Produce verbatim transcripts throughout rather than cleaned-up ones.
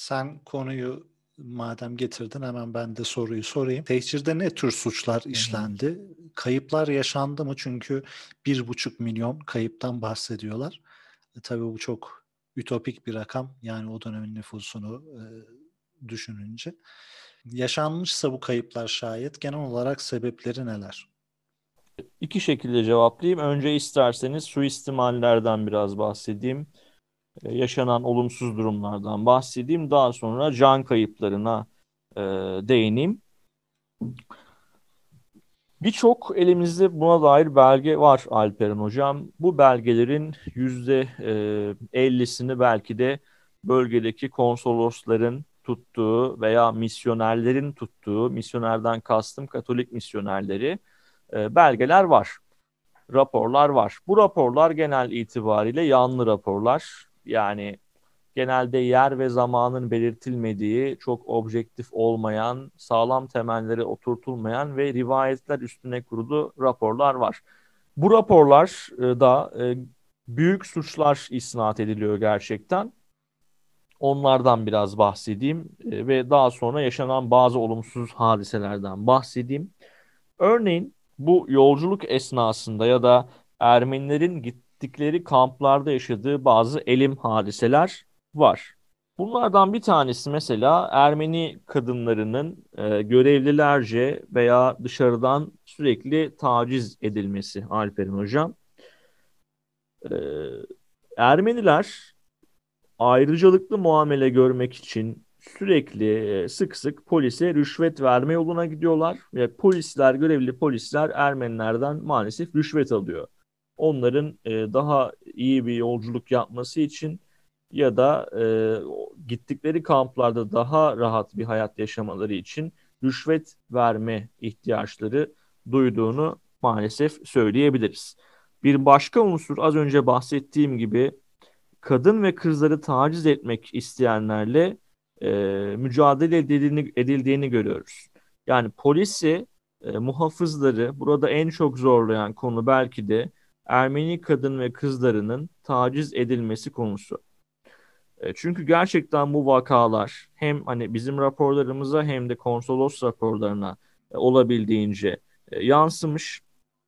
Sen konuyu madem getirdin hemen ben de soruyu sorayım. Tehcirde ne tür suçlar Hı hı. işlendi? Kayıplar yaşandı mı? Çünkü bir buçuk milyon kayıptan bahsediyorlar. E, tabii bu çok ütopik bir rakam. Yani o dönemin nüfusunu e, düşününce. Yaşanmışsa bu kayıplar şayet genel olarak sebepleri neler? İki şekilde cevaplayayım. Önce isterseniz suistimallerden biraz bahsedeyim. Ee, yaşanan olumsuz durumlardan bahsedeyim. Daha sonra can kayıplarına e, değineyim. Birçok elimizde buna dair belge var Alperen Hocam. Bu belgelerin yüzde ellisini belki de bölgedeki konsolosların tuttuğu veya misyonerlerin tuttuğu, misyonerden kastım Katolik misyonerleri, e, belgeler var, raporlar var. Bu raporlar genel itibariyle yanlı raporlar. Yani genelde yer ve zamanın belirtilmediği, çok objektif olmayan, sağlam temelleri oturtulmayan ve rivayetler üstüne kurulu raporlar var. Bu raporlar e, da e, büyük suçlar isnat ediliyor gerçekten. Onlardan biraz bahsedeyim e, ve daha sonra yaşanan bazı olumsuz hadiselerden bahsedeyim. Örneğin bu yolculuk esnasında ya da Ermenilerin gittikleri kamplarda yaşadığı bazı elim hadiseler var. Bunlardan bir tanesi mesela Ermeni kadınlarının e, görevlilerce veya dışarıdan sürekli taciz edilmesi Alperen Hocam. E, Ermeniler ayrıcalıklı muamele görmek için sürekli e, sık sık polise rüşvet verme yoluna gidiyorlar ve polisler, görevli polisler Ermenilerden maalesef rüşvet alıyor. Onların e, daha iyi bir yolculuk yapması için ya da e, gittikleri kamplarda daha rahat bir hayat yaşamaları için rüşvet verme ihtiyaçları duyduğunu maalesef söyleyebiliriz. Bir başka unsur az önce bahsettiğim gibi kadın ve kızları taciz etmek isteyenlerle e, mücadele edildiğini, edildiğini görüyoruz. Yani polisi, e, muhafızları burada en çok zorlayan konu belki de Ermeni kadın ve kızlarının taciz edilmesi konusu. E, çünkü gerçekten bu vakalar hem hani bizim raporlarımıza hem de konsolos raporlarına e, olabildiğince e, yansımış.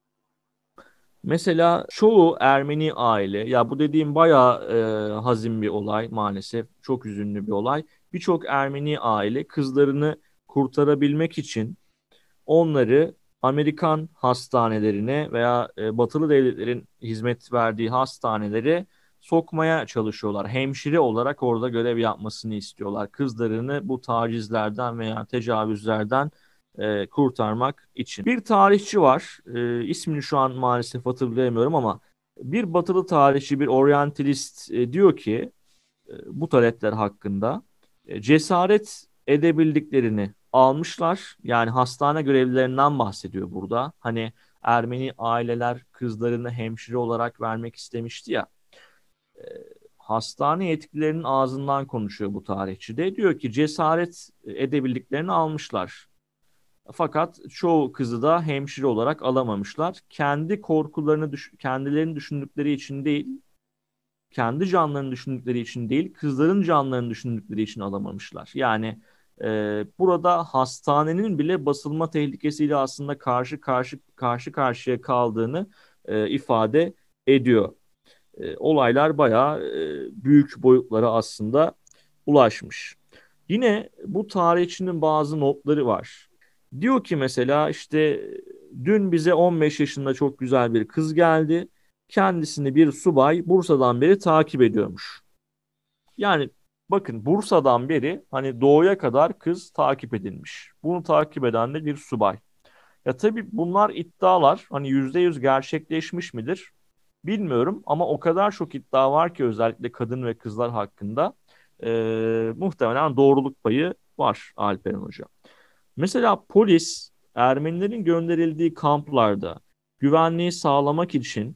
Mesela çoğu Ermeni aile, ya bu dediğim bayağı e, hazin bir olay maalesef, çok üzünlü bir olay. Birçok Ermeni aile kızlarını kurtarabilmek için onları Amerikan hastanelerine veya e, batılı devletlerin hizmet verdiği hastanelere sokmaya çalışıyorlar. Hemşire olarak orada görev yapmasını istiyorlar. Kızlarını bu tacizlerden veya tecavüzlerden e, kurtarmak için. Bir tarihçi var. E, ismini şu an maalesef hatırlayamıyorum ama bir batılı tarihçi, bir oryantalist e, diyor ki e, bu talepler hakkında e, cesaret edebildiklerini almışlar. Yani hastane görevlilerinden bahsediyor burada. Hani Ermeni aileler kızlarını hemşire olarak vermek istemişti ya. E, Hastane yetkililerinin ağzından konuşuyor bu tarihçi de. Diyor ki cesaret edebildiklerini almışlar. Fakat çoğu kızı da hemşire olarak alamamışlar. Kendi korkularını düş kendilerini düşündükleri için değil, kendi canlarını düşündükleri için değil, kızların canlarını düşündükleri için alamamışlar. Yani e, burada hastanenin bile basılma tehlikesiyle aslında karşı karşı karşı karşıya kaldığını e, ifade ediyor. E, olaylar bayağı e, büyük boyutlara aslında ulaşmış. Yine bu tarihçinin bazı notları var. Diyor ki mesela işte dün bize on beş yaşında çok güzel bir kız geldi. Kendisini bir subay Bursa'dan beri takip ediyormuş. Yani bakın Bursa'dan beri hani doğuya kadar kız takip edilmiş. Bunu takip eden de bir subay. Ya tabii bunlar iddialar, hani yüzde yüz gerçekleşmiş midir bilmiyorum ama o kadar çok iddia var ki özellikle kadın ve kızlar hakkında e, muhtemelen doğruluk payı var Alperen Hoca. Mesela polis Ermenilerin gönderildiği kamplarda güvenliği sağlamak için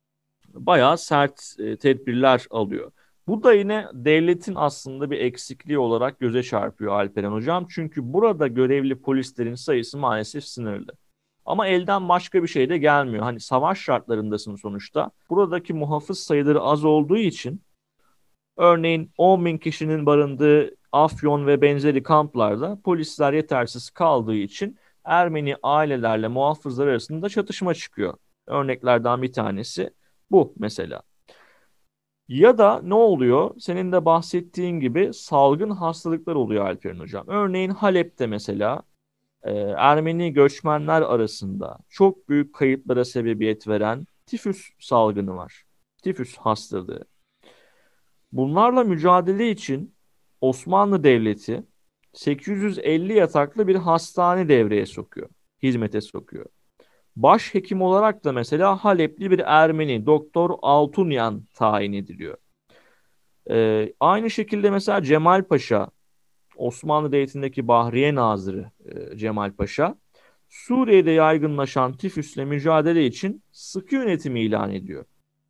bayağı sert e, tedbirler alıyor. Bu da yine devletin aslında bir eksikliği olarak göze çarpıyor Alperen Hocam. Çünkü burada görevli polislerin sayısı maalesef sınırlı. Ama elden başka bir şey de gelmiyor. Hani savaş şartlarındasın sonuçta. Buradaki muhafız sayıları az olduğu için örneğin on bin kişinin barındığı Afyon ve benzeri kamplarda polisler yetersiz kaldığı için Ermeni ailelerle muhafızlar arasında çatışma çıkıyor. Örneklerden bir tanesi bu mesela. Ya da ne oluyor? Senin de bahsettiğin gibi salgın hastalıklar oluyor Alperen Hocam. Örneğin Halep'te mesela e, Ermeni göçmenler arasında çok büyük kayıplara sebebiyet veren tifüs salgını var. Tifüs hastalığı. Bunlarla mücadele için Osmanlı Devleti sekiz yüz elli yataklı bir hastane devreye sokuyor, hizmete sokuyor. Başhekim olarak da mesela Halepli bir Ermeni Doktor Altunyan tayin ediliyor. Ee, aynı şekilde mesela Cemal Paşa, Osmanlı Devleti'ndeki Bahriye Nazırı e, Cemal Paşa, Suriye'de yaygınlaşan tifüsle mücadele için sıkı yönetim ilan ediyor.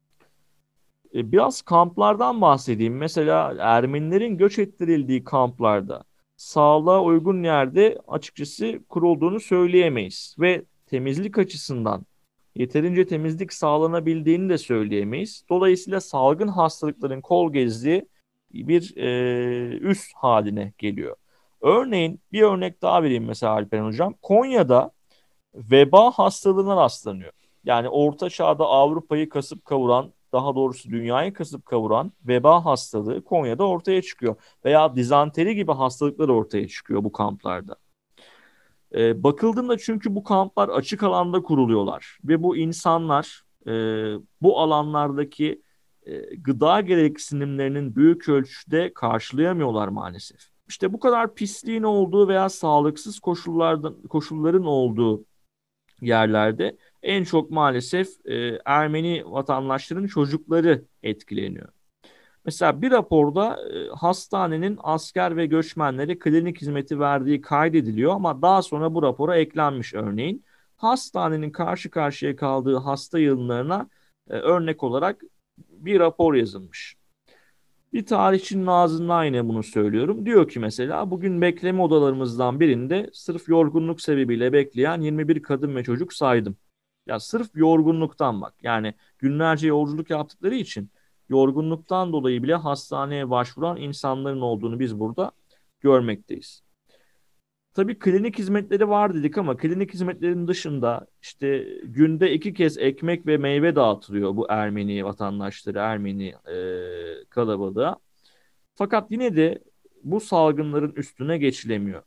E, Biraz kamplardan bahsedeyim. Mesela Ermenilerin göç ettirildiği kamplarda sağlığa uygun yerde açıkçası kurulduğunu söyleyemeyiz. Ve temizlik açısından yeterince temizlik sağlanabildiğini de söyleyemeyiz. Dolayısıyla salgın hastalıkların kol gezdiği bir e, üs haline geliyor. Örneğin bir örnek daha vereyim mesela Alperen Hocam. Konya'da veba hastalığına rastlanıyor. Yani Orta Çağ'da Avrupa'yı kasıp kavuran, daha doğrusu dünyayı kasıp kavuran veba hastalığı Konya'da ortaya çıkıyor. Veya dizanteri gibi hastalıklar ortaya çıkıyor bu kamplarda. Ee, bakıldığında çünkü bu kamplar açık alanda kuruluyorlar ve bu insanlar e, bu alanlardaki e, gıda gereksinimlerinin büyük ölçüde karşılayamıyorlar maalesef. İşte bu kadar pisliğin olduğu veya sağlıksız koşullardan koşulların olduğu yerlerde en çok maalesef e, Ermeni vatandaşların çocukları etkileniyor. Mesela bir raporda e, hastanenin asker ve göçmenlere klinik hizmeti verdiği kaydediliyor ama daha sonra bu rapora eklenmiş örneğin. Hastanenin karşı karşıya kaldığı hasta yığınlarına e, örnek olarak bir rapor yazılmış. Bir tarihçinin ağzından yine bunu söylüyorum. Diyor ki mesela bugün bekleme odalarımızdan birinde sırf yorgunluk sebebiyle bekleyen yirmi bir kadın ve çocuk saydım. Ya sırf yorgunluktan bak. Yani günlerce yolculuk yaptıkları için yorgunluktan dolayı bile hastaneye başvuran insanların olduğunu biz burada görmekteyiz. Tabii klinik hizmetleri var dedik ama klinik hizmetlerin dışında işte günde iki kez ekmek ve meyve dağıtılıyor bu Ermeni vatandaşları, Ermeni e, kalabalığa. Fakat yine de bu salgınların üstüne geçilemiyor.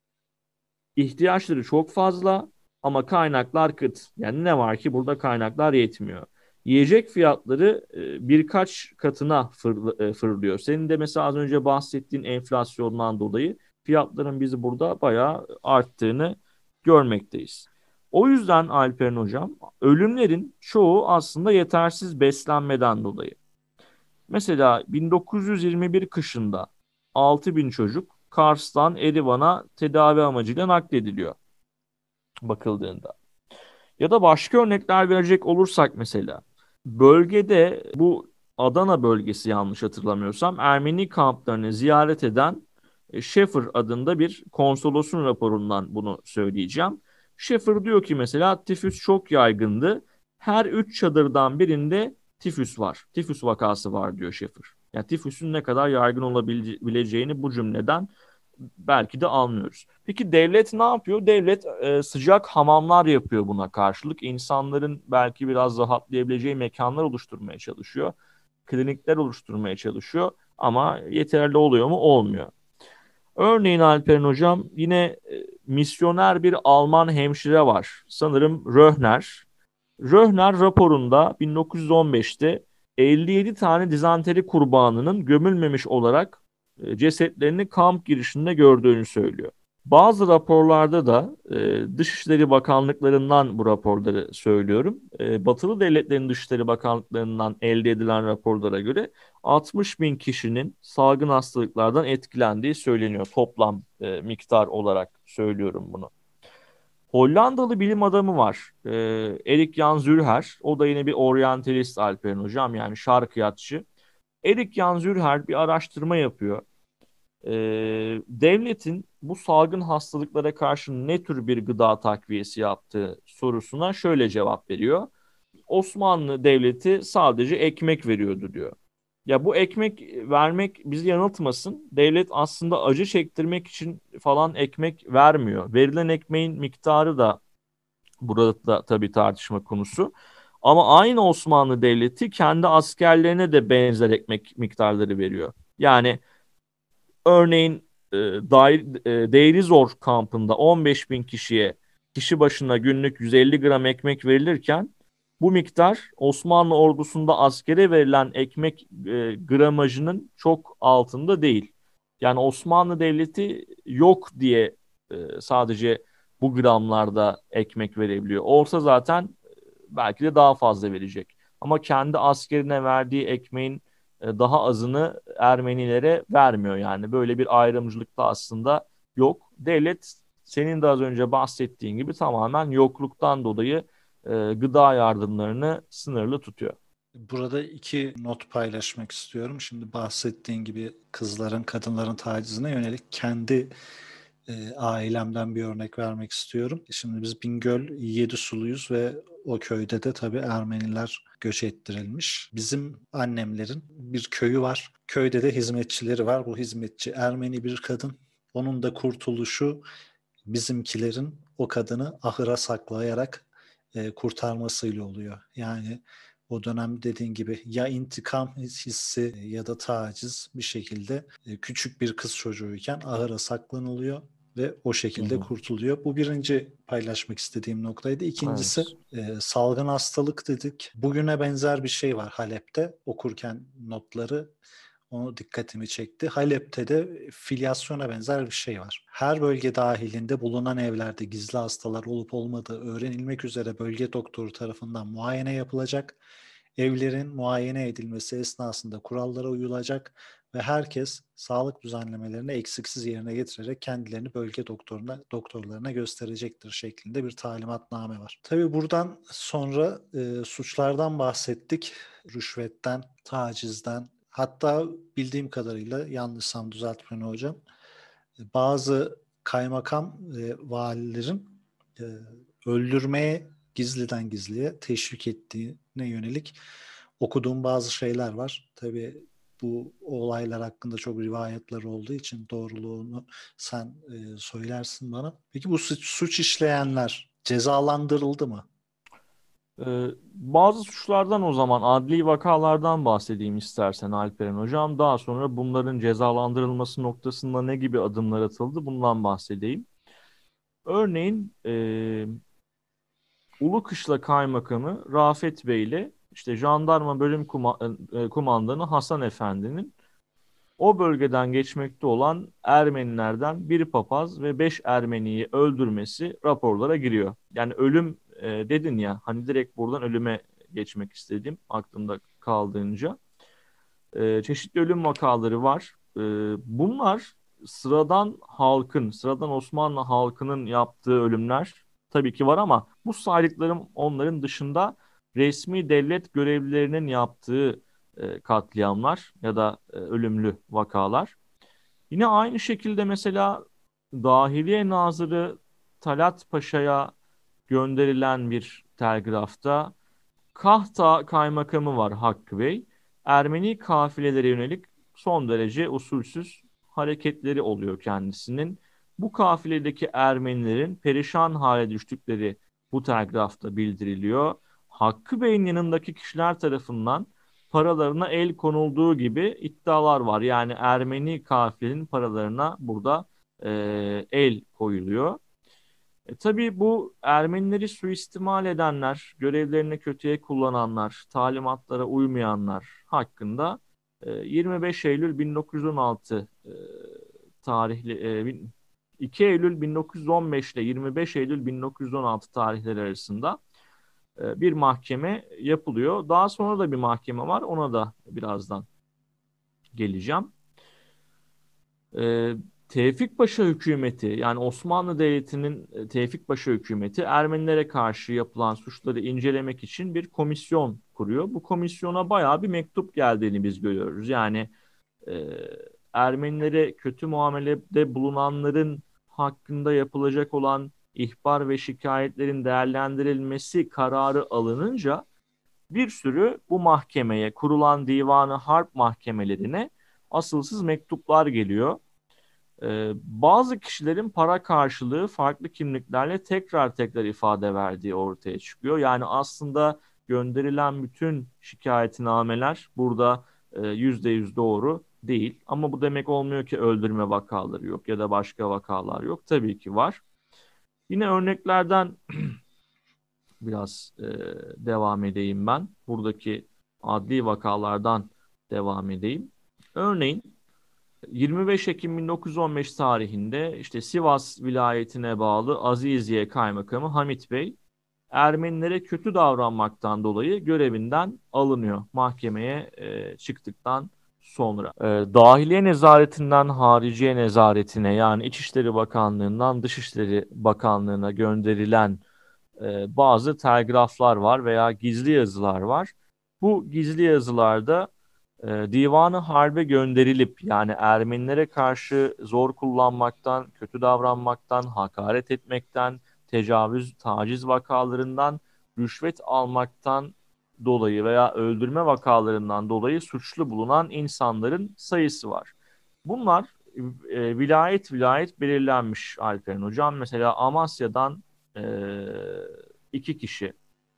İhtiyaçları çok fazla ama kaynaklar kıt. Yani ne var ki burada kaynaklar yetmiyor. Yiyecek fiyatları e, birkaç katına fır, e, fırlıyor. Senin de mesela az önce bahsettiğin enflasyondan dolayı fiyatların bizi burada bayağı arttığını görmekteyiz. O yüzden Alperen Hocam ölümlerin çoğu aslında yetersiz beslenmeden dolayı. Mesela bin dokuz yüz yirmi bir kışında altı bin çocuk Kars'tan Erivan'a tedavi amacıyla naklediliyor bakıldığında. Ya da başka örnekler verecek olursak mesela bölgede bu Adana bölgesi yanlış hatırlamıyorsam Ermeni kamplarını ziyaret eden e, Şefir adında bir konsolosun raporundan bunu söyleyeceğim. Şefir diyor ki mesela tifüs çok yaygındı. Her üç çadırdan birinde tifüs var. Tifüs vakası var diyor Şefir. Yani tifüsün ne kadar yaygın olabileceğini bu cümleden belki de anlıyoruz. Peki devlet ne yapıyor? Devlet e, sıcak hamamlar yapıyor buna karşılık. İnsanların belki biraz rahatlayabileceği mekanlar oluşturmaya çalışıyor. Klinikler oluşturmaya çalışıyor. Ama yeterli oluyor mu? Olmuyor. Örneğin Alperen Hocam yine e, misyoner bir Alman hemşire var. Sanırım Röhner. Röhner raporunda bin dokuz yüz on beşte elli yedi tane dizanteri kurbanının gömülmemiş olarak e, cesetlerini kamp girişinde gördüğünü söylüyor. Bazı raporlarda da e, Dışişleri Bakanlıklarından bu raporları söylüyorum. E, Batılı devletlerin Dışişleri Bakanlıklarından elde edilen raporlara göre altmış bin kişinin salgın hastalıklardan etkilendiği söyleniyor. Toplam e, miktar olarak söylüyorum bunu. Hollandalı bilim adamı var. Ee, Erik Jan Zürher. O da yine bir oryantalist Alperen Hocam yani şarkıyatçı. Erik Jan Zürher bir araştırma yapıyor. Ee, devletin bu salgın hastalıklara karşı ne tür bir gıda takviyesi yaptığı sorusuna şöyle cevap veriyor. Osmanlı Devleti sadece ekmek veriyordu diyor. Ya bu ekmek vermek bizi yanıltmasın. Devlet aslında acı çektirmek için falan ekmek vermiyor. Verilen ekmeğin miktarı da burada da tabii tartışma konusu. Ama aynı Osmanlı Devleti kendi askerlerine de benzer ekmek miktarları veriyor. Yani örneğin e, Day- e, Deirizor kampında on beş bin kişiye kişi başına günlük yüz elli gram ekmek verilirken bu miktar Osmanlı ordusunda askere verilen ekmek e, gramajının çok altında değil. Yani Osmanlı Devleti yok diye e, sadece bu gramlarda ekmek verebiliyor. Olsa zaten belki de daha fazla verecek. Ama kendi askerine verdiği ekmeğin e, daha azını Ermenilere vermiyor yani. Böyle bir ayrımcılık da aslında yok. Devlet senin de az önce bahsettiğin gibi tamamen yokluktan dolayı e, gıda yardımlarını sınırlı tutuyor. Burada iki not paylaşmak istiyorum. Şimdi bahsettiğin gibi kızların, kadınların tacizine yönelik kendi e, ailemden bir örnek vermek istiyorum. Şimdi biz Bingöl Yedisuluyuz ve o köyde de tabii Ermeniler göç ettirilmiş. Bizim annemlerin bir köyü var. Köyde de hizmetçileri var. Bu hizmetçi Ermeni bir kadın. Onun da kurtuluşu bizimkilerin o kadını ahıra saklayarak e, kurtarmasıyla oluyor. Yani o dönem dediğin gibi ya intikam hissi ya da taciz bir şekilde e, küçük bir kız çocuğuyken ahıra saklanılıyor ve o Hı şekilde hı. kurtuluyor. Bu birinci paylaşmak istediğim noktaydı. İkincisi Evet. e, salgın hastalık dedik. Bugüne benzer bir şey var Halep'te. Okurken notları onu dikkatimi çekti. Halep'te de filyasyona benzer bir şey var. Her bölge dahilinde bulunan evlerde gizli hastalar olup olmadığı öğrenilmek üzere bölge doktoru tarafından muayene yapılacak. Evlerin muayene edilmesi esnasında kurallara uyulacak ve herkes sağlık düzenlemelerini eksiksiz yerine getirerek kendilerini bölge doktoruna, doktorlarına gösterecektir şeklinde bir talimatname var. Tabii buradan sonra e, suçlardan bahsettik. Rüşvetten, tacizden, hatta bildiğim kadarıyla yanlışsam düzelt beni hocam. Bazı kaymakam ve valilerin e, öldürmeye gizliden gizliye teşvik ettiğine yönelik okuduğum bazı şeyler var. Tabii bu olaylar hakkında çok rivayetler olduğu için doğruluğunu sen e, söylersin bana. Peki bu suç, suç işleyenler cezalandırıldı mı? Ee, bazı suçlardan o zaman adli vakalardan bahsedeyim istersen Alperen Hocam. Daha sonra bunların cezalandırılması noktasında ne gibi adımlar atıldı bundan bahsedeyim. Örneğin e, Ulukışla Kaymakamı Rafet Bey ile işte Jandarma Bölüm Kuma- e, Kumandanı Hasan Efendi'nin o bölgeden geçmekte olan Ermenilerden bir papaz ve beş Ermeniyi öldürmesi raporlara giriyor. Yani ölüm e, dedin ya hani direkt buradan ölüme geçmek istedim aklımda kaldığınca. E, çeşitli ölüm vakaları var. E, bunlar sıradan halkın, sıradan Osmanlı halkının yaptığı ölümler tabii ki var ama bu saydıklarım onların dışında resmi devlet görevlilerinin yaptığı e, katliamlar ya da e, ölümlü vakalar. Yine aynı şekilde mesela Dahiliye Nazırı Talat Paşa'ya gönderilen bir telgrafta Kahta kaymakamı var Hakkı Bey. Ermeni kafilelere yönelik son derece usulsüz hareketleri oluyor kendisinin. Bu kafiledeki Ermenilerin perişan hale düştükleri bu telgrafta bildiriliyor. Hakkı Bey'in yanındaki kişiler tarafından paralarına el konulduğu gibi iddialar var. Yani Ermeni kafilenin paralarına burada e, el koyuluyor. E, tabii bu Ermenileri suistimal edenler, görevlerini kötüye kullananlar, talimatlara uymayanlar hakkında e, yirmi beş Eylül bin dokuz yüz on altı e, tarihli e, bin- iki Eylül bin dokuz yüz on beş ile yirmi beş Eylül bin dokuz yüz on altı tarihleri arasında e, bir mahkeme yapılıyor. Daha sonra da bir mahkeme var. Ona da birazdan geleceğim. Ee, Tevfik Paşa hükümeti yani Osmanlı Devleti'nin e, Tevfik Paşa hükümeti Ermenilere karşı yapılan suçları incelemek için bir komisyon kuruyor. Bu komisyona bayağı bir mektup geldiğini biz görüyoruz. Yani e, Ermenilere kötü muamelede bulunanların hakkında yapılacak olan ihbar ve şikayetlerin değerlendirilmesi kararı alınınca bir sürü bu mahkemeye, kurulan divanı harp mahkemelerine asılsız mektuplar geliyor. Ee, bazı kişilerin para karşılığı farklı kimliklerle tekrar tekrar ifade verdiği ortaya çıkıyor. Yani aslında gönderilen bütün şikayetnameler burada e, yüzde yüz doğru değil. Ama bu demek olmuyor ki öldürme vakaları yok ya da başka vakalar yok. Tabii ki var. Yine örneklerden biraz e, devam edeyim ben. Buradaki adli vakalardan devam edeyim. Örneğin yirmi beş Ekim bin dokuz yüz on beş tarihinde işte Sivas vilayetine bağlı Aziziye Kaymakamı Hamit Bey Ermenilere kötü davranmaktan dolayı görevinden alınıyor mahkemeye e, çıktıktan sonra. E, Dahiliye Nezaretinden Hariciye Nezaretine, yani İçişleri Bakanlığı'ndan Dışişleri Bakanlığı'na gönderilen e, bazı telgraflar var veya gizli yazılar var. Bu gizli yazılarda e, divanı harbe gönderilip, yani Ermenilere karşı zor kullanmaktan, kötü davranmaktan, hakaret etmekten, tecavüz, taciz vakalarından, rüşvet almaktan dolayı veya öldürme vakalarından dolayı suçlu bulunan insanların sayısı var. Bunlar e, vilayet vilayet belirlenmiş Alperen Hocam. Mesela Amasya'dan e, iki kişi.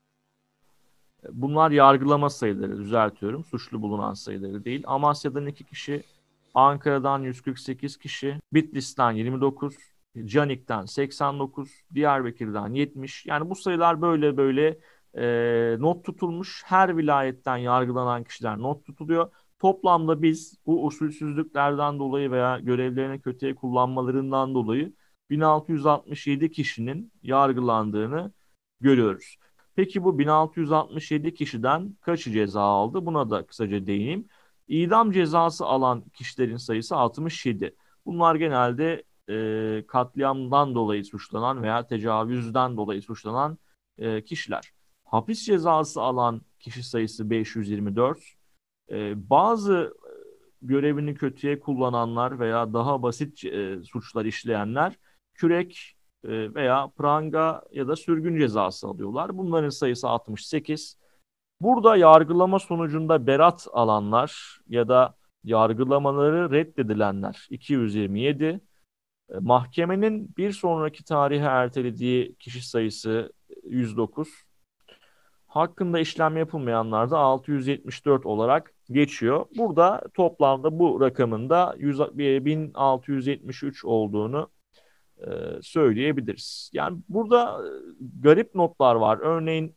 Bunlar yargılama sayıları, düzeltiyorum. Suçlu bulunan sayıları değil. Amasya'dan iki kişi, Ankara'dan yüz kırk sekiz kişi, Bitlis'ten yirmi dokuz, Canik'ten seksen dokuz, Diyarbakır'dan yetmiş. Yani bu sayılar böyle böyle e, not tutulmuş. Her vilayetten yargılanan kişiler not tutuluyor. Toplamda biz bu usulsüzlüklerden dolayı veya görevlerini kötüye kullanmalarından dolayı bin altı yüz altmış yedi kişinin yargılandığını görüyoruz. Peki bu bin altı yüz altmış yedi kişiden kaçı ceza aldı? Buna da kısaca değineyim. İdam cezası alan kişilerin sayısı altmış yedi. Bunlar genelde e, katliamdan dolayı suçlanan veya tecavüzden dolayı suçlanan e, kişiler. Hapis cezası alan kişi sayısı beş yüz yirmi dört. E, bazı görevini kötüye kullananlar veya daha basit e, suçlar işleyenler kürek e, veya pranga ya da sürgün cezası alıyorlar. Bunların sayısı altmış sekiz. Burada yargılama sonucunda beraat alanlar ya da yargılamaları reddedilenler iki yüz yirmi yedi. E, Mahkemenin bir sonraki tarihe ertelediği kişi sayısı yüz dokuz. Hakkında işlem yapılmayanlar da altı yüz yetmiş dört olarak geçiyor. Burada toplamda bu rakamın da bin altı yüz yetmiş üç olduğunu e, söyleyebiliriz. Yani burada e, garip notlar var. Örneğin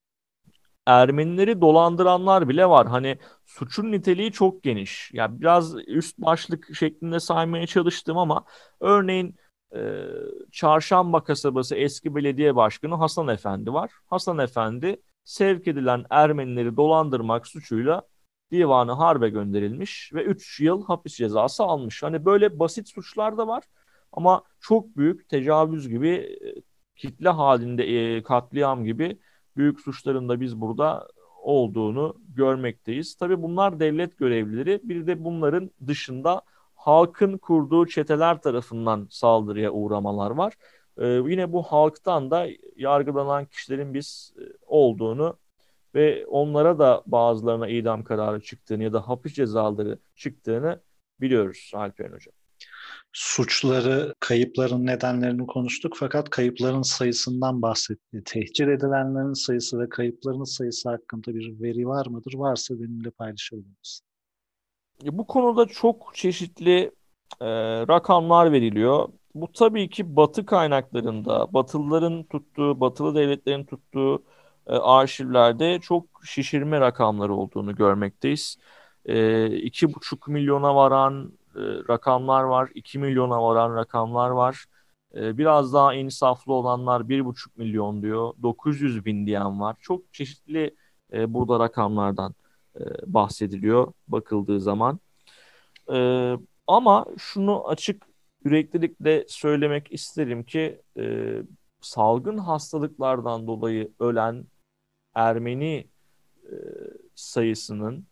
Ermenileri dolandıranlar bile var. Hani suçun niteliği çok geniş. Ya biraz üst başlık şeklinde saymaya çalıştım ama örneğin e, Çarşamba kasabası eski belediye başkanı Hasan Efendi var. Hasan Efendi sevk edilen Ermenileri dolandırmak suçuyla divanı harbe gönderilmiş ve üç yıl hapis cezası almış. Hani böyle basit suçlar da var ama çok büyük tecavüz gibi, e, kitle halinde e, katliam gibi büyük suçların da biz burada olduğunu görmekteyiz. Tabii bunlar devlet görevlileri. Bir de bunların dışında halkın kurduğu çeteler tarafından saldırıya uğramalar var. Ee, yine bu halktan da yargılanan kişilerin biz e, olduğunu ve onlara da bazılarına idam kararı çıktığını ya da hapis cezaları çıktığını biliyoruz Alperen Hocam. Suçları, kayıpların nedenlerini konuştuk fakat kayıpların sayısından bahsetti. Tehcir edilenlerin sayısı ve kayıpların sayısı hakkında bir veri var mıdır? Varsa benimle paylaşabiliriz. Bu konuda çok çeşitli e, rakamlar veriliyor. Bu tabii ki Batı kaynaklarında, Batılıların tuttuğu, Batılı devletlerin tuttuğu e, arşivlerde çok şişirme rakamları olduğunu görmekteyiz. E, iki buçuk milyona varan e, rakamlar var, iki milyona varan rakamlar var. E, biraz daha insaflı olanlar bir buçuk milyon diyor, dokuz yüz bin diyen var. Çok çeşitli e, burada rakamlardan e, bahsediliyor bakıldığı zaman. E, Ama şunu açık yüreklilikle söylemek isterim ki e, salgın hastalıklardan dolayı ölen Ermeni e, sayısının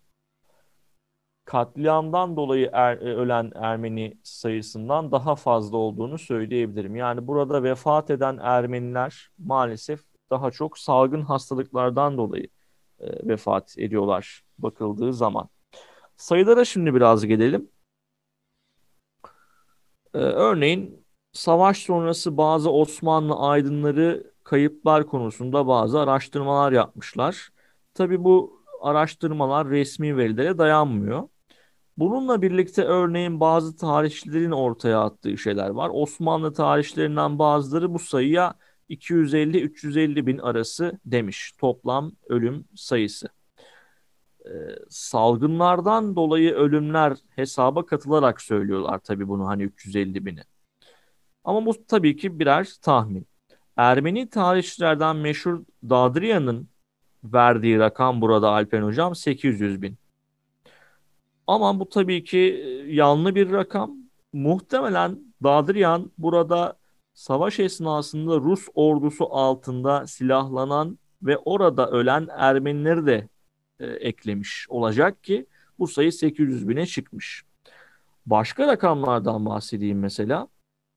katliamdan dolayı er, e, ölen Ermeni sayısından daha fazla olduğunu söyleyebilirim. Yani burada vefat eden Ermeniler maalesef daha çok salgın hastalıklardan dolayı e, vefat ediyorlar bakıldığı zaman. Sayılara şimdi biraz gelelim. Ee, örneğin savaş sonrası bazı Osmanlı aydınları kayıplar konusunda bazı araştırmalar yapmışlar. Tabii bu araştırmalar resmi verilere dayanmıyor. Bununla birlikte örneğin bazı tarihçilerin ortaya attığı şeyler var. Osmanlı tarihçilerinden bazıları bu sayıya iki yüz elli üç yüz elli bin arası demiş toplam ölüm sayısı. Ee, salgınlardan dolayı ölümler hesaba katılarak söylüyorlar tabii bunu hani üç yüz elli bini. Ama bu tabii ki birer tahmin. Ermeni tarihçilerden meşhur Dadriyan'ın verdiği rakam burada Alpen Hocam sekiz yüz bin. Ama bu tabii ki e, yanlı bir rakam. Muhtemelen Dadriyan burada savaş esnasında Rus ordusu altında silahlanan ve orada ölen Ermenileri de e, eklemiş olacak ki bu sayı sekiz yüz bine çıkmış. Başka rakamlardan bahsedeyim mesela.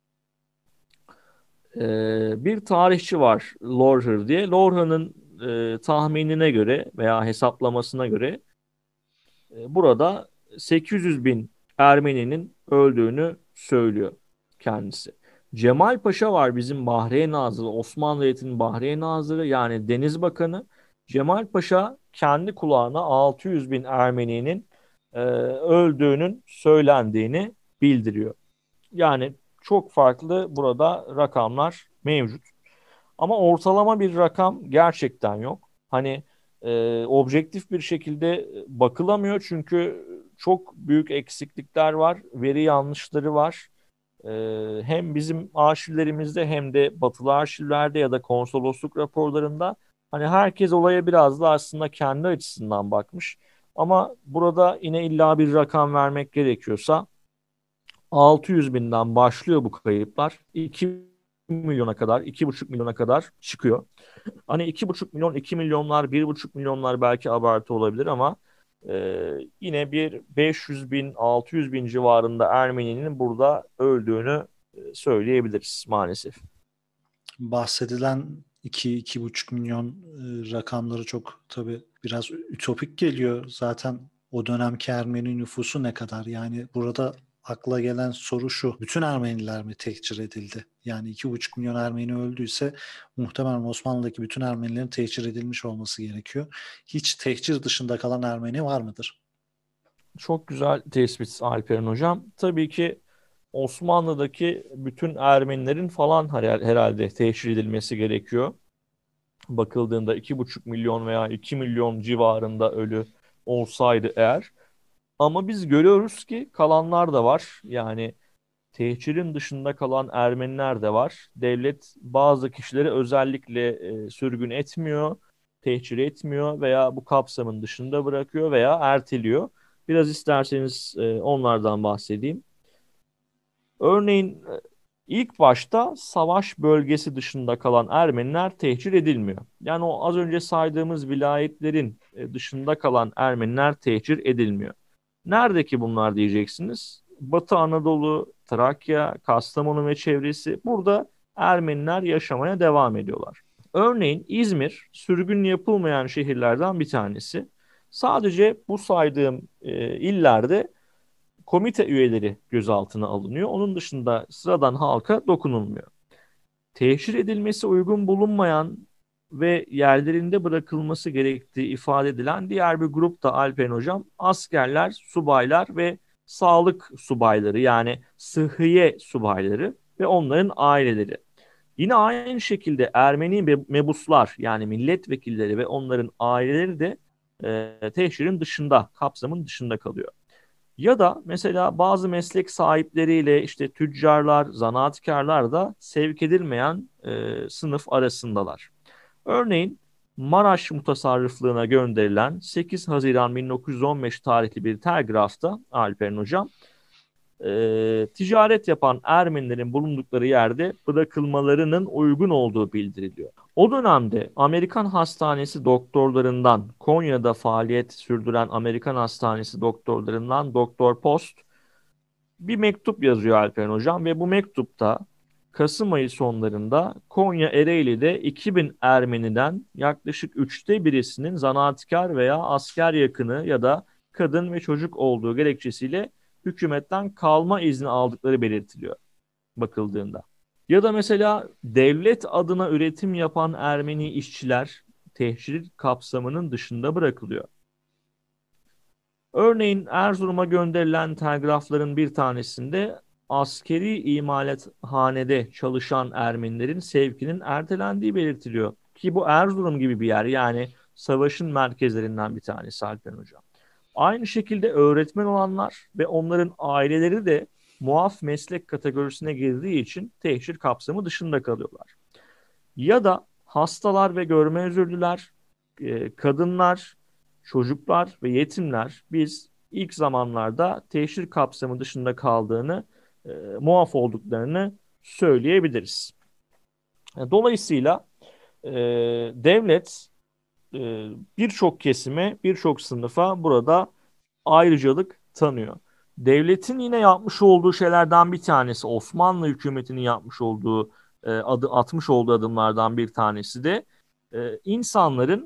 Ee, bir tarihçi var Lorher diye. Lorher'ın e, tahminine göre veya hesaplamasına göre e, burada sekiz yüz bin Ermeninin öldüğünü söylüyor kendisi. Cemal Paşa var bizim Bahriye Nazırı, Osmanlı Devleti'nin Bahriye Nazırı yani Deniz Bakanı. Cemal Paşa kendi kulağına altı yüz bin Ermeninin e, öldüğünün söylendiğini bildiriyor. Yani çok farklı burada rakamlar mevcut. Ama ortalama bir rakam gerçekten yok. Hani e, objektif bir şekilde bakılamıyor çünkü çok büyük eksiklikler var, veri yanlışları var. E, hem bizim arşivlerimizde hem de batılı arşivlerde ya da konsolosluk raporlarında hani herkes olaya biraz da aslında kendi açısından bakmış. Ama burada yine illa bir rakam vermek gerekiyorsa altı yüz binden başlıyor bu kayıplar. iki milyona kadar, iki buçuk milyona kadar çıkıyor. Hani iki buçuk milyon, iki milyonlar, bir buçuk milyonlar belki abartı olabilir ama e, yine bir beş yüz bin, altı yüz bin civarında Ermeninin burada öldüğünü e, söyleyebiliriz maalesef. Bahsedilen iki iki buçuk milyon e, rakamları çok tabii biraz ütopik geliyor. Zaten o dönemki Ermeni nüfusu ne kadar? Yani burada akla gelen soru şu. Bütün Ermeniler mi tehcir edildi? Yani iki buçuk milyon Ermeni öldüyse muhtemelen Osmanlı'daki bütün Ermenilerin tehcir edilmiş olması gerekiyor. Hiç tehcir dışında kalan Ermeni var mıdır? Çok güzel tespit Alperen Hocam. Tabii ki Osmanlı'daki bütün Ermenilerin falan herhalde tehcir edilmesi gerekiyor. Bakıldığında iki buçuk milyon veya iki milyon civarında ölü olsaydı eğer. Ama biz görüyoruz ki kalanlar da var. Yani tehcirin dışında kalan Ermeniler de var. Devlet bazı kişileri özellikle e, sürgün etmiyor, tehcir etmiyor veya bu kapsamın dışında bırakıyor veya erteliyor. Biraz isterseniz e, onlardan bahsedeyim. Örneğin e, ilk başta savaş bölgesi dışında kalan Ermeniler tehcir edilmiyor. Yani o az önce saydığımız vilayetlerin e, dışında kalan Ermeniler tehcir edilmiyor. Nerede ki bunlar diyeceksiniz? Batı Anadolu, Trakya, Kastamonu ve çevresi burada Ermeniler yaşamaya devam ediyorlar. Örneğin İzmir sürgün yapılmayan şehirlerden bir tanesi. Sadece bu saydığım e, illerde komite üyeleri gözaltına alınıyor. Onun dışında sıradan halka dokunulmuyor. Teşhir edilmesi uygun bulunmayan ve yerlerinde bırakılması gerektiği ifade edilen diğer bir grup da Alpen Hocam askerler, subaylar ve sağlık subayları yani sıhhiye subayları ve onların aileleri. Yine aynı şekilde Ermeni mebuslar yani milletvekilleri ve onların aileleri de e, teşhirin dışında, kapsamın dışında kalıyor. Ya da mesela bazı meslek sahipleriyle işte tüccarlar, zanaatkarlar da sevk edilmeyen e, sınıf arasındalar. Örneğin Maraş Mutasarrıflığına gönderilen sekiz Haziran bin dokuz yüz on beş tarihli bir telgrafta Alperen Hocam e, ticaret yapan Ermenilerin bulundukları yerde bırakılmalarının uygun olduğu bildiriliyor. O dönemde Amerikan Hastanesi doktorlarından, Konya'da faaliyet sürdüren Amerikan Hastanesi doktorlarından Doktor Post bir mektup yazıyor Alperen Hocam ve bu mektupta Kasım ayı sonlarında Konya Ereğli'de iki bin Ermeniden yaklaşık üçte birisinin zanaatkar veya asker yakını ya da kadın ve çocuk olduğu gerekçesiyle hükümetten kalma izni aldıkları belirtiliyor bakıldığında. Ya da mesela devlet adına üretim yapan Ermeni işçiler tehcir kapsamının dışında bırakılıyor. Örneğin Erzurum'a gönderilen telgrafların bir tanesinde askeri imalathanede çalışan Ermenilerin sevkinin ertelendiği belirtiliyor. Ki bu Erzurum gibi bir yer, yani savaşın merkezlerinden bir tanesi Alper Hocam. Aynı şekilde öğretmen olanlar ve onların aileleri de muaf meslek kategorisine girdiği için tehcir kapsamı dışında kalıyorlar. Ya da hastalar ve görme özürlüler, e, kadınlar, çocuklar ve yetimler biz ilk zamanlarda teşhir kapsamı dışında kaldığını, e, muaf olduklarını söyleyebiliriz. Dolayısıyla e, devlet e, birçok kesime, birçok sınıfa burada ayrıcalık tanıyor. Devletin yine yapmış olduğu şeylerden bir tanesi, Osmanlı hükümetinin yapmış olduğu, e, adı atmış olduğu adımlardan bir tanesi de e, insanların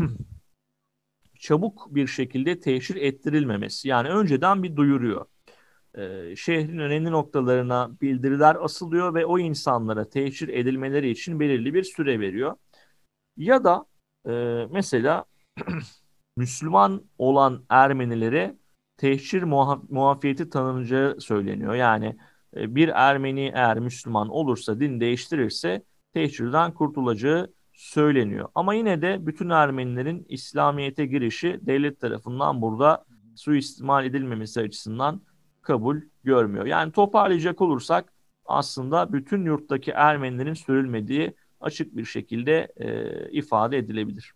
çabuk bir şekilde teşhir ettirilmemesi. Yani önceden bir duyuruyor. E, şehrin önemli noktalarına bildiriler asılıyor ve o insanlara teşhir edilmeleri için belirli bir süre veriyor. Ya da e, mesela Müslüman olan Ermenilere tehcir muha- muafiyeti tanınacağı söyleniyor. Yani e, bir Ermeni eğer Müslüman olursa, din değiştirirse tehcirden kurtulacağı söyleniyor. Ama yine de bütün Ermenilerin İslamiyet'e girişi devlet tarafından burada suistimal edilmemesi açısından kabul görmüyor. Yani toparlayacak olursak aslında bütün yurttaki Ermenilerin sürülmediği açık bir şekilde e, ifade edilebilir.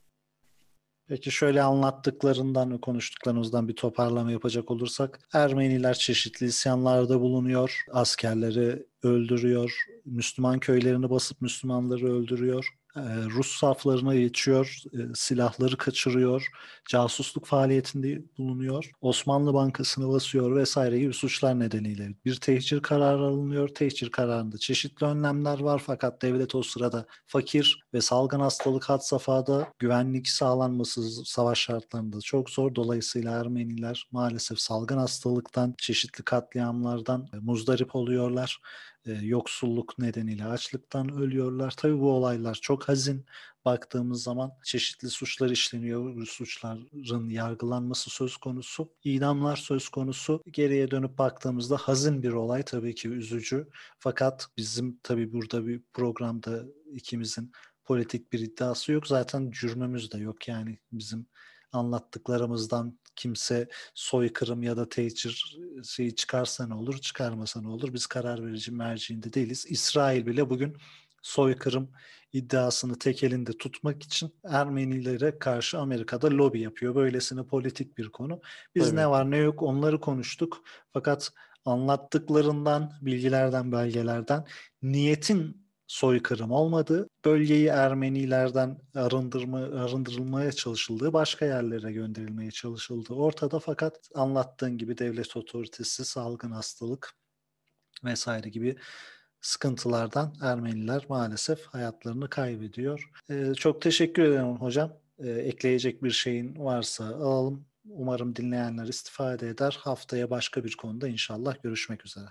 Peki şöyle anlattıklarından ve konuştuklarımızdan bir toparlama yapacak olursak, Ermeniler çeşitli isyanlarda bulunuyor, askerleri öldürüyor, Müslüman köylerini basıp Müslümanları öldürüyor, e, Rus saflarına geçiyor, e, silahları kaçırıyor, casusluk faaliyetinde bulunuyor, Osmanlı Bankası'nı basıyor vesaire gibi suçlar nedeniyle bir tehcir kararı alınıyor. Tehcir kararında çeşitli önlemler var fakat devlet o sırada fakir ve salgın hastalık had safhada, güvenlik sağlanması savaş şartlarında çok zor. Dolayısıyla Ermeniler maalesef salgın hastalıktan, çeşitli katliamlardan muzdarip oluyorlar. Ee, yoksulluk nedeniyle açlıktan ölüyorlar. Tabii bu olaylar çok hazin. Baktığımız zaman çeşitli suçlar işleniyor. Bu suçların yargılanması söz konusu. İdamlar söz konusu. Geriye dönüp baktığımızda hazin bir olay, tabii ki üzücü. Fakat bizim tabii burada bir programda ikimizin politik bir iddiası yok. Zaten cürmümüz de yok. Yani bizim anlattıklarımızdan kimse soykırım ya da tehcir şeyi çıkarsa ne olur, çıkarmasa ne olur? Biz karar verici merciinde değiliz. İsrail bile bugün soykırım iddiasını tek elinde tutmak için Ermenilere karşı Amerika'da lobi yapıyor. Böylesine politik bir konu. Biz Tabii ne ki. var ne yok onları konuştuk. Fakat anlattıklarından, bilgilerden, belgelerden niyetin soykırım olmadığı, bölgeyi Ermenilerden arındırma, arındırılmaya çalışıldığı, başka yerlere gönderilmeye çalışıldığı ortada. Fakat anlattığın gibi devlet otoritesi, salgın hastalık vesaire gibi sıkıntılardan Ermeniler maalesef hayatlarını kaybediyor. Ee, çok teşekkür ederim hocam. Ee, ekleyecek bir şeyin varsa alalım. Umarım dinleyenler istifade eder. Haftaya başka bir konuda inşallah görüşmek üzere.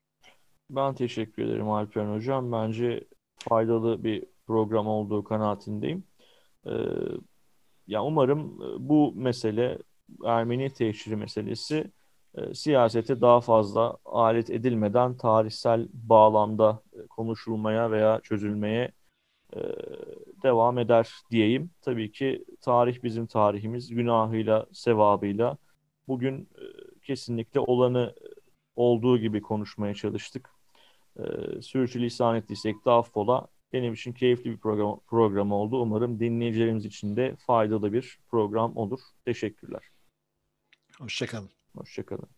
Ben teşekkür ederim Alperen Hocam. Bence faydalı bir program olduğu kanaatindeyim. Ee, ya umarım e, bu mesele, Ermeni tehciri meselesi e, siyasete daha fazla alet edilmeden tarihsel bağlamda e, konuşulmaya veya çözülmeye e, devam eder diyeyim. Tabii ki tarih bizim tarihimiz, günahıyla, sevabıyla. Bugün e, kesinlikle olanı olduğu gibi konuşmaya çalıştık. E, sürçülisan ettiysek de affola. Benim için keyifli bir program, program oldu. Umarım dinleyicilerimiz için de faydalı bir program olur. Teşekkürler. Hoşçakalın. Hoşçakalın.